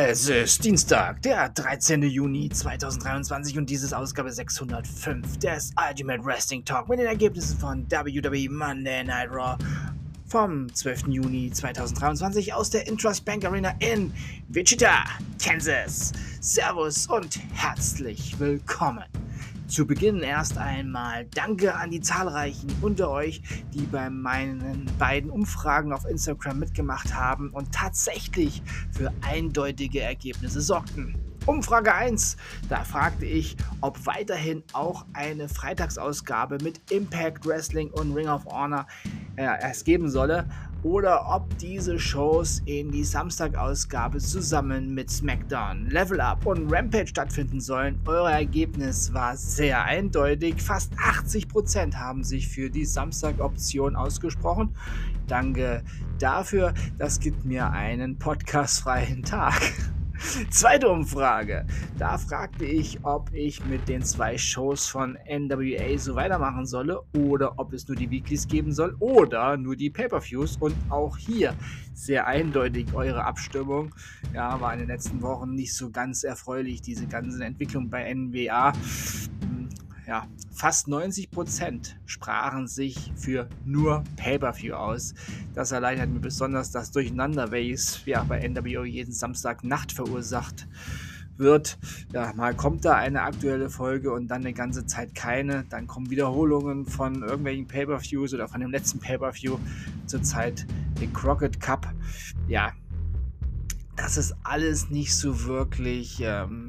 Es ist Dienstag, der 13. Juni 2023 und dies ist Ausgabe 605 des Ultimate Wrestling Talk mit den Ergebnissen von WWE Monday Night Raw vom 12. Juni 2023 aus der Intrust Bank Arena in Wichita, Kansas. Servus und herzlich willkommen. Zu Beginn erst einmal Danke an die zahlreichen unter euch, die bei meinen beiden Umfragen auf Instagram mitgemacht haben und tatsächlich für eindeutige Ergebnisse sorgten. Umfrage 1, da fragte ich, ob weiterhin auch eine Freitagsausgabe mit Impact Wrestling und Ring of Honor es geben solle oder ob diese Shows in die Samstagausgabe zusammen mit SmackDown, Level Up und Rampage stattfinden sollen. Euer Ergebnis war sehr eindeutig. Fast 80% haben sich für die Samstag-Option ausgesprochen. Danke dafür. Das gibt mir einen podcastfreien Tag. Zweite Umfrage. Da fragte ich, ob ich mit den 2 Shows von NWA so weitermachen solle oder ob es nur die Weeklies geben soll oder nur die Pay-Per-Views. Und auch hier sehr eindeutig eure Abstimmung. Ja, war in den letzten Wochen nicht so ganz erfreulich, diese ganze Entwicklung bei NWA. Ja, fast 90% sprachen sich für nur Pay-Per-View aus. Das erleichtert mir besonders das Durcheinander, welches bei NWO jeden Samstagnacht verursacht wird. Ja, mal kommt da eine aktuelle Folge und dann eine ganze Zeit keine. Dann kommen Wiederholungen von irgendwelchen Pay-Per-Views oder von dem letzten Pay-Per-View, zurzeit den Crockett Cup. Ja, das ist alles nicht so wirklich,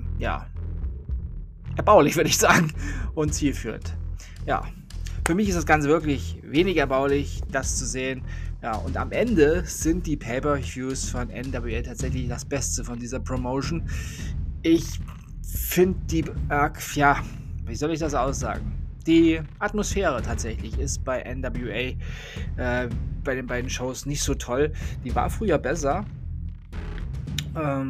erbaulich, würde ich sagen, und zielführend. Ja, für mich ist das Ganze wirklich wenig erbaulich, das zu sehen. Ja, und am Ende sind die Pay-Per-Views von NWA tatsächlich das Beste von dieser Promotion. Ich finde die, wie soll ich das aussagen? Die Atmosphäre tatsächlich ist bei NWA, bei den beiden Shows nicht so toll. Die war früher besser. Da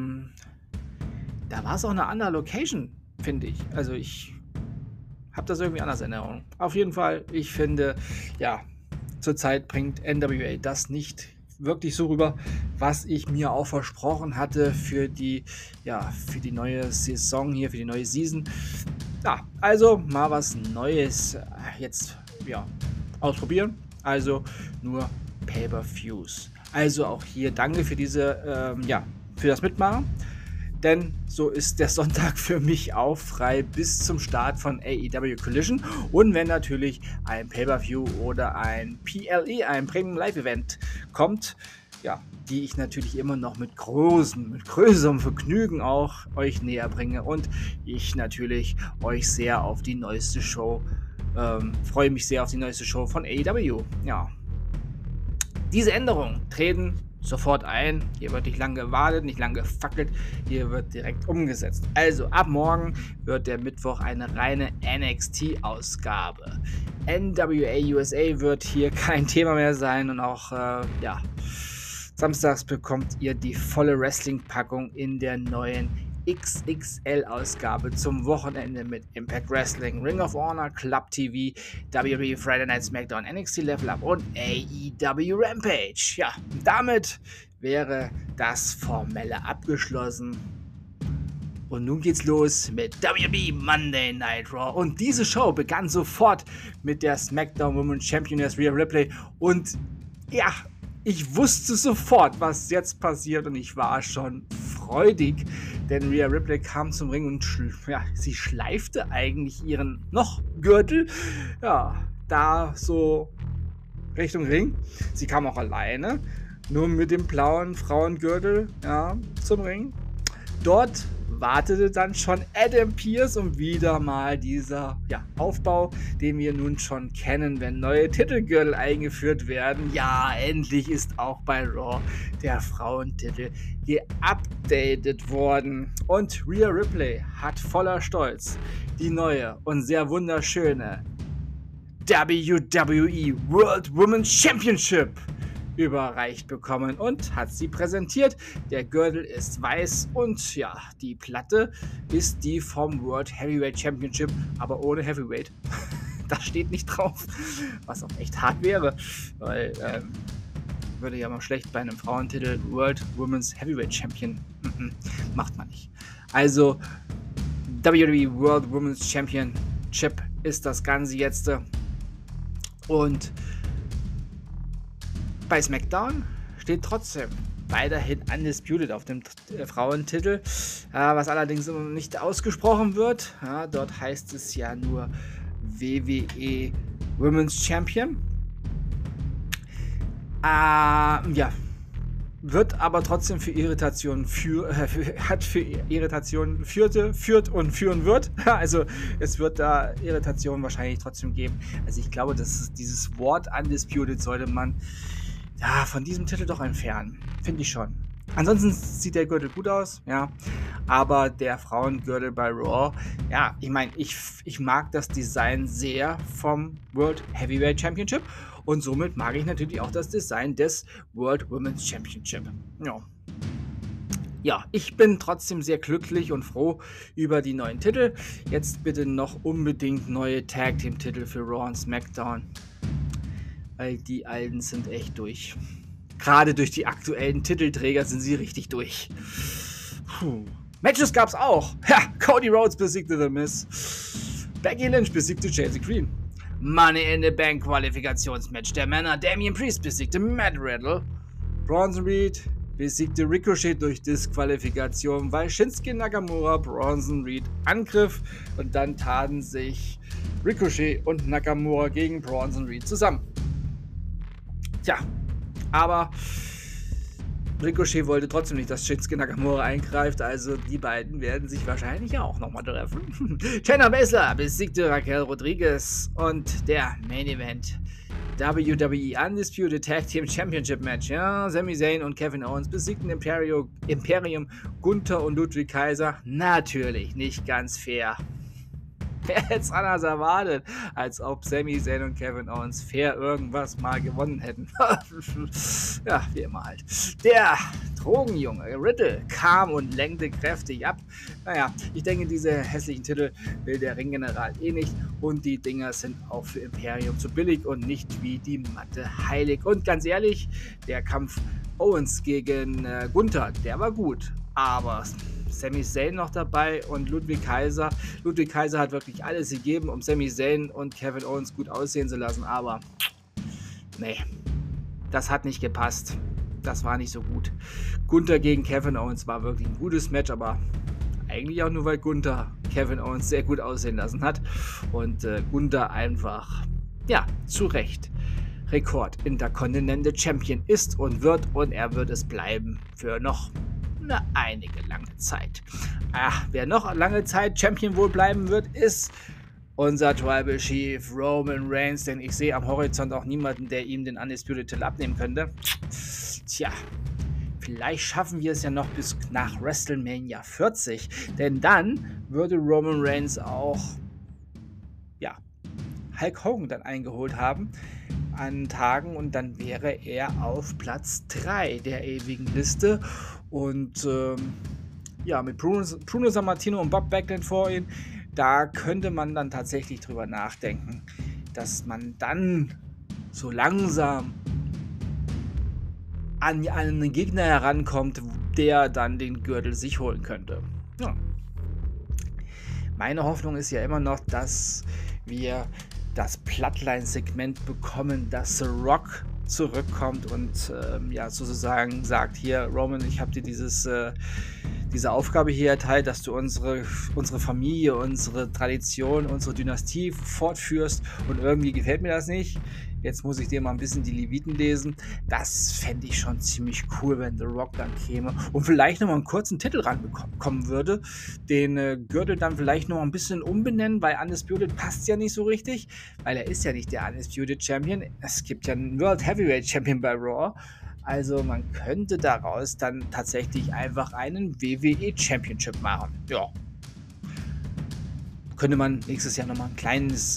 war es auch eine andere Location, finde ich. Also ich habe das irgendwie anders in Erinnerung. Auf jeden Fall, ich finde, zurzeit bringt NWA das nicht wirklich so rüber, was ich mir auch versprochen hatte für die neue Saison hier, für die neue Season. Ja, also mal was Neues jetzt ausprobieren. Also nur Pay-Per-Views. Also auch hier danke für diese, für das Mitmachen. Denn so ist der Sonntag für mich auch frei bis zum Start von AEW Collision. Und wenn natürlich ein Pay-Per-View oder ein PLE, ein Premium Live Event kommt, die ich natürlich immer noch mit größerem Vergnügen auch euch näher bringe. Und ich natürlich euch sehr auf die neueste Show, freue mich sehr auf die neueste Show von AEW. Ja. Diese Änderungen treten sofort ein. Hier wird nicht lange gewartet, nicht lange gefackelt. Hier wird direkt umgesetzt. Also ab morgen wird der Mittwoch eine reine NXT-Ausgabe. NWA USA wird hier kein Thema mehr sein und auch samstags bekommt ihr die volle Wrestling-Packung in der neuen XXL-Ausgabe zum Wochenende mit Impact Wrestling, Ring of Honor, Club TV, WWE Friday Night SmackDown, NXT Level Up und AEW Rampage. Ja, damit wäre das Formelle abgeschlossen. Und nun geht's los mit WWE Monday Night Raw. Und diese Show begann sofort mit der SmackDown Women's Championess Rhea Ripley. Und ja, ich wusste sofort, was jetzt passiert und ich war schon freudig, denn Rhea Ripley kam zum Ring und sie schleifte eigentlich ihren Gürtel, da so Richtung Ring. Sie kam auch alleine, nur mit dem blauen Frauengürtel, zum Ring. Dort wartete dann schon Adam Pearce und wieder mal dieser Aufbau, den wir nun schon kennen, wenn neue Titelgürtel eingeführt werden. Ja, endlich ist auch bei Raw der Frauentitel geupdatet worden. Und Rhea Ripley hat voller Stolz die neue und sehr wunderschöne WWE World Women's Championship überreicht bekommen und hat sie präsentiert. Der Gürtel ist weiß und die Platte ist die vom World Heavyweight Championship, aber ohne Heavyweight. Das steht nicht drauf, was auch echt hart wäre, weil würde ja mal schlecht bei einem Frauentitel. World Women's Heavyweight Champion. Macht man nicht. Also WWE World Women's Championship ist das Ganze jetzt. Und bei SmackDown steht trotzdem weiterhin Undisputed auf dem Frauentitel, was allerdings immer nicht ausgesprochen wird. Ja, dort heißt es ja nur WWE Women's Champion. Ja, wird aber trotzdem für Irritationen führt und führen wird. Also es wird da Irritationen wahrscheinlich trotzdem geben. Also ich glaube, dass dieses Wort Undisputed sollte man von diesem Titel doch entfernen. Finde ich schon. Ansonsten sieht der Gürtel gut aus, ja. Aber der Frauengürtel bei Raw, ja, ich meine, ich mag das Design sehr vom World Heavyweight Championship. Und somit mag ich natürlich auch das Design des World Women's Championship. Ja, ich bin trotzdem sehr glücklich und froh über die neuen Titel. Jetzt bitte noch unbedingt neue Tag Team Titel für Raw und SmackDown. Weil die alten sind echt durch. Gerade durch die aktuellen Titelträger sind sie richtig durch. Matches gab's auch. Ja, Cody Rhodes besiegte The Miz. Becky Lynch besiegte Chelsea Green. Money in the Bank Qualifikationsmatch der Männer. Damian Priest besiegte Matt Riddle. Bronson Reed besiegte Ricochet durch Disqualifikation, weil Shinsuke Nakamura Bronson Reed angriff und dann taten sich Ricochet und Nakamura gegen Bronson Reed zusammen. Tja, aber Ricochet wollte trotzdem nicht, dass Shinsuke Nakamura eingreift, also die beiden werden sich wahrscheinlich auch nochmal treffen. Shayna Baszler besiegte Raquel Rodriguez und der Main Event WWE Undisputed Tag Team Championship Match. Ja, Sami Zayn und Kevin Owens besiegten Imperium Gunther und Ludwig Kaiser. Natürlich nicht ganz fair. Wer hätte es anders erwartet, als ob Sami Zayn und Kevin Owens fair irgendwas mal gewonnen hätten. Ja, wie immer halt. Der Drogenjunge Riddle kam und lenkte kräftig ab. Naja, ich denke, diese hässlichen Titel will der Ringgeneral eh nicht. Und die Dinger sind auch für Imperium zu billig und nicht wie die Matte heilig. Und ganz ehrlich, der Kampf Owens gegen Gunther, der war gut. Aber Sami Zayn noch dabei und Ludwig Kaiser. Ludwig Kaiser hat wirklich alles gegeben, um Sami Zayn und Kevin Owens gut aussehen zu lassen, aber nee, das hat nicht gepasst. Das war nicht so gut. Gunther gegen Kevin Owens war wirklich ein gutes Match, aber eigentlich auch nur, weil Gunther Kevin Owens sehr gut aussehen lassen hat und Gunther einfach, ja, zu Recht Rekord Intercontinental Champion ist und wird und er wird es bleiben für noch einige lange Zeit. Wer noch lange Zeit Champion wohl bleiben wird, ist unser Tribal Chief Roman Reigns, denn ich sehe am Horizont auch niemanden, der ihm den Undisputed Titel abnehmen könnte. Tja, vielleicht schaffen wir es ja noch bis nach WrestleMania 40, denn dann würde Roman Reigns auch Hulk Hogan dann eingeholt haben an Tagen und dann wäre er auf Platz 3 der ewigen Liste und mit Bruno Sammartino und Bob Backlund vor ihm, da könnte man dann tatsächlich drüber nachdenken, dass man dann so langsam an einen Gegner herankommt, der dann den Gürtel sich holen könnte. Ja. Meine Hoffnung ist ja immer noch, dass wir das Bloodline-Segment bekommen, dass The Rock zurückkommt und sozusagen sagt, hier Roman, ich habe dir diese Aufgabe hier erteilt, dass du unsere Familie, unsere Tradition, unsere Dynastie fortführst und irgendwie gefällt mir das nicht. Jetzt muss ich dir mal ein bisschen die Leviten lesen. Das fände ich schon ziemlich cool, wenn The Rock dann käme und vielleicht nochmal einen kurzen Titel ranbekommen würde. Den Gürtel dann vielleicht nochmal ein bisschen umbenennen, weil Undisputed passt ja nicht so richtig, weil er ist ja nicht der Undisputed Champion. Es gibt ja einen World Heavyweight Champion bei Raw. Also man könnte daraus dann tatsächlich einfach einen WWE Championship machen. Ja. Könnte man nächstes Jahr nochmal ein kleines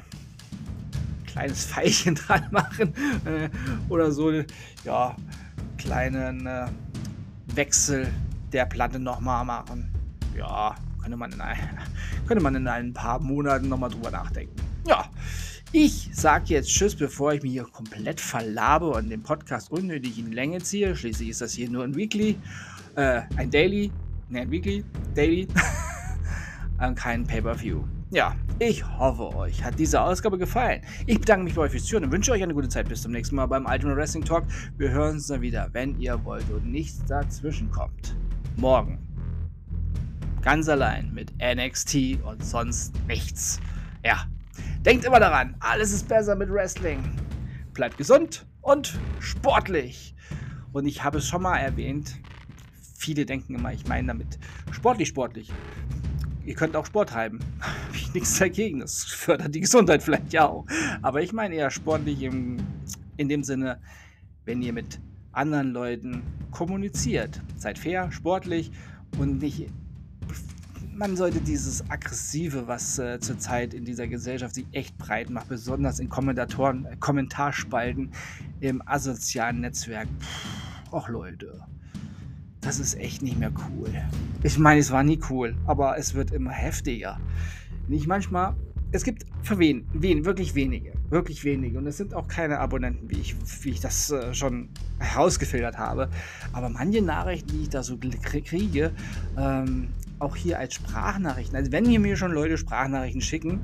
Pfeilchen dran machen oder so, ja, kleinen Wechsel der Platte nochmal machen. Ja, könnte man in ein paar Monaten nochmal drüber nachdenken. Ja, Ich sage jetzt Tschüss, bevor ich mich hier komplett verlabe und den Podcast unnötig in Länge ziehe. Schließlich ist das hier nur ein Weekly, ein Daily, ein Weekly, Daily, kein Pay-Per-View. Ja, ich hoffe, euch hat diese Ausgabe gefallen. Ich bedanke mich bei euch fürs Zuhören und wünsche euch eine gute Zeit. Bis zum nächsten Mal beim Ultimate Wrestling Talk. Wir hören uns dann wieder, wenn ihr wollt und nichts dazwischen kommt. Morgen. Ganz allein mit NXT und sonst nichts. Ja, denkt immer daran, alles ist besser mit Wrestling. Bleibt gesund und sportlich. Und ich habe es schon mal erwähnt, viele denken immer, ich meine damit sportlich. Ihr könnt auch Sport treiben. Habe ich nichts dagegen. Das fördert die Gesundheit vielleicht ja auch. Aber ich meine eher sportlich in dem Sinne, wenn ihr mit anderen Leuten kommuniziert. Seid fair, sportlich und nicht. Man sollte dieses Aggressive, was zurzeit in dieser Gesellschaft sich echt breit macht, besonders in Kommentarspalten im asozialen Netzwerk. Och Leute, das ist echt nicht mehr cool. Ich meine, es war nie cool, aber es wird immer heftiger. Nicht manchmal, es gibt wirklich wenige. Und es sind auch keine Abonnenten, wie ich das schon herausgefiltert habe. Aber manche Nachrichten, die ich da so kriege, auch hier als Sprachnachrichten. Also wenn mir schon Leute Sprachnachrichten schicken,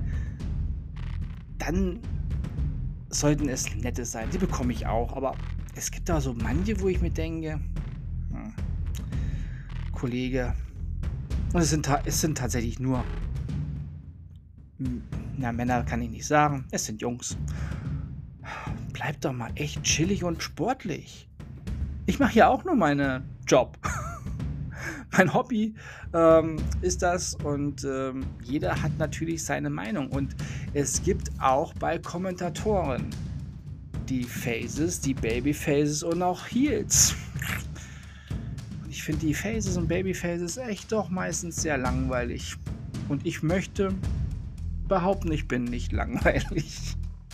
dann sollten es nette sein. Die bekomme ich auch. Aber es gibt da so manche, wo ich mir denke, Kollege, und es sind tatsächlich nur, Männer kann ich nicht sagen, es sind Jungs. Bleibt doch mal echt chillig und sportlich. Ich mache ja auch nur meinen Job. Mein Hobby ist das und jeder hat natürlich seine Meinung und es gibt auch bei Kommentatoren die Faces, die Babyfaces und auch Heels. Und ich finde die Faces und Babyfaces echt doch meistens sehr langweilig und ich möchte behaupten, ich bin nicht langweilig.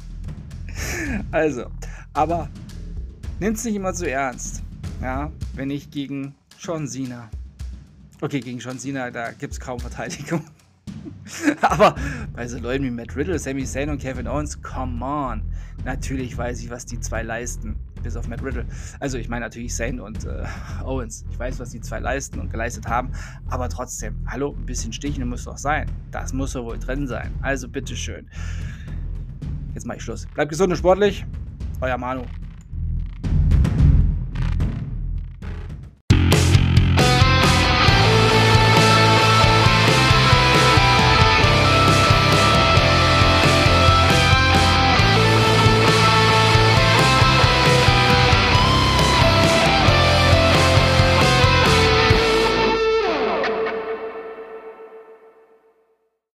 Also, aber nehmt es nicht immer zu ernst, ja, wenn ich gegen John Cena. Okay, gegen John Cena, da gibt es kaum Verteidigung. Aber bei so Leuten wie Matt Riddle, Sami Zayn und Kevin Owens, come on. Natürlich weiß ich, was die zwei leisten, bis auf Matt Riddle. Also ich meine natürlich Zayn und Owens. Ich weiß, was die zwei leisten und geleistet haben, aber trotzdem, hallo, ein bisschen Sticheln muss doch sein. Das muss doch wohl drin sein. Also bitteschön. Jetzt mache ich Schluss. Bleibt gesund und sportlich. Euer Manu.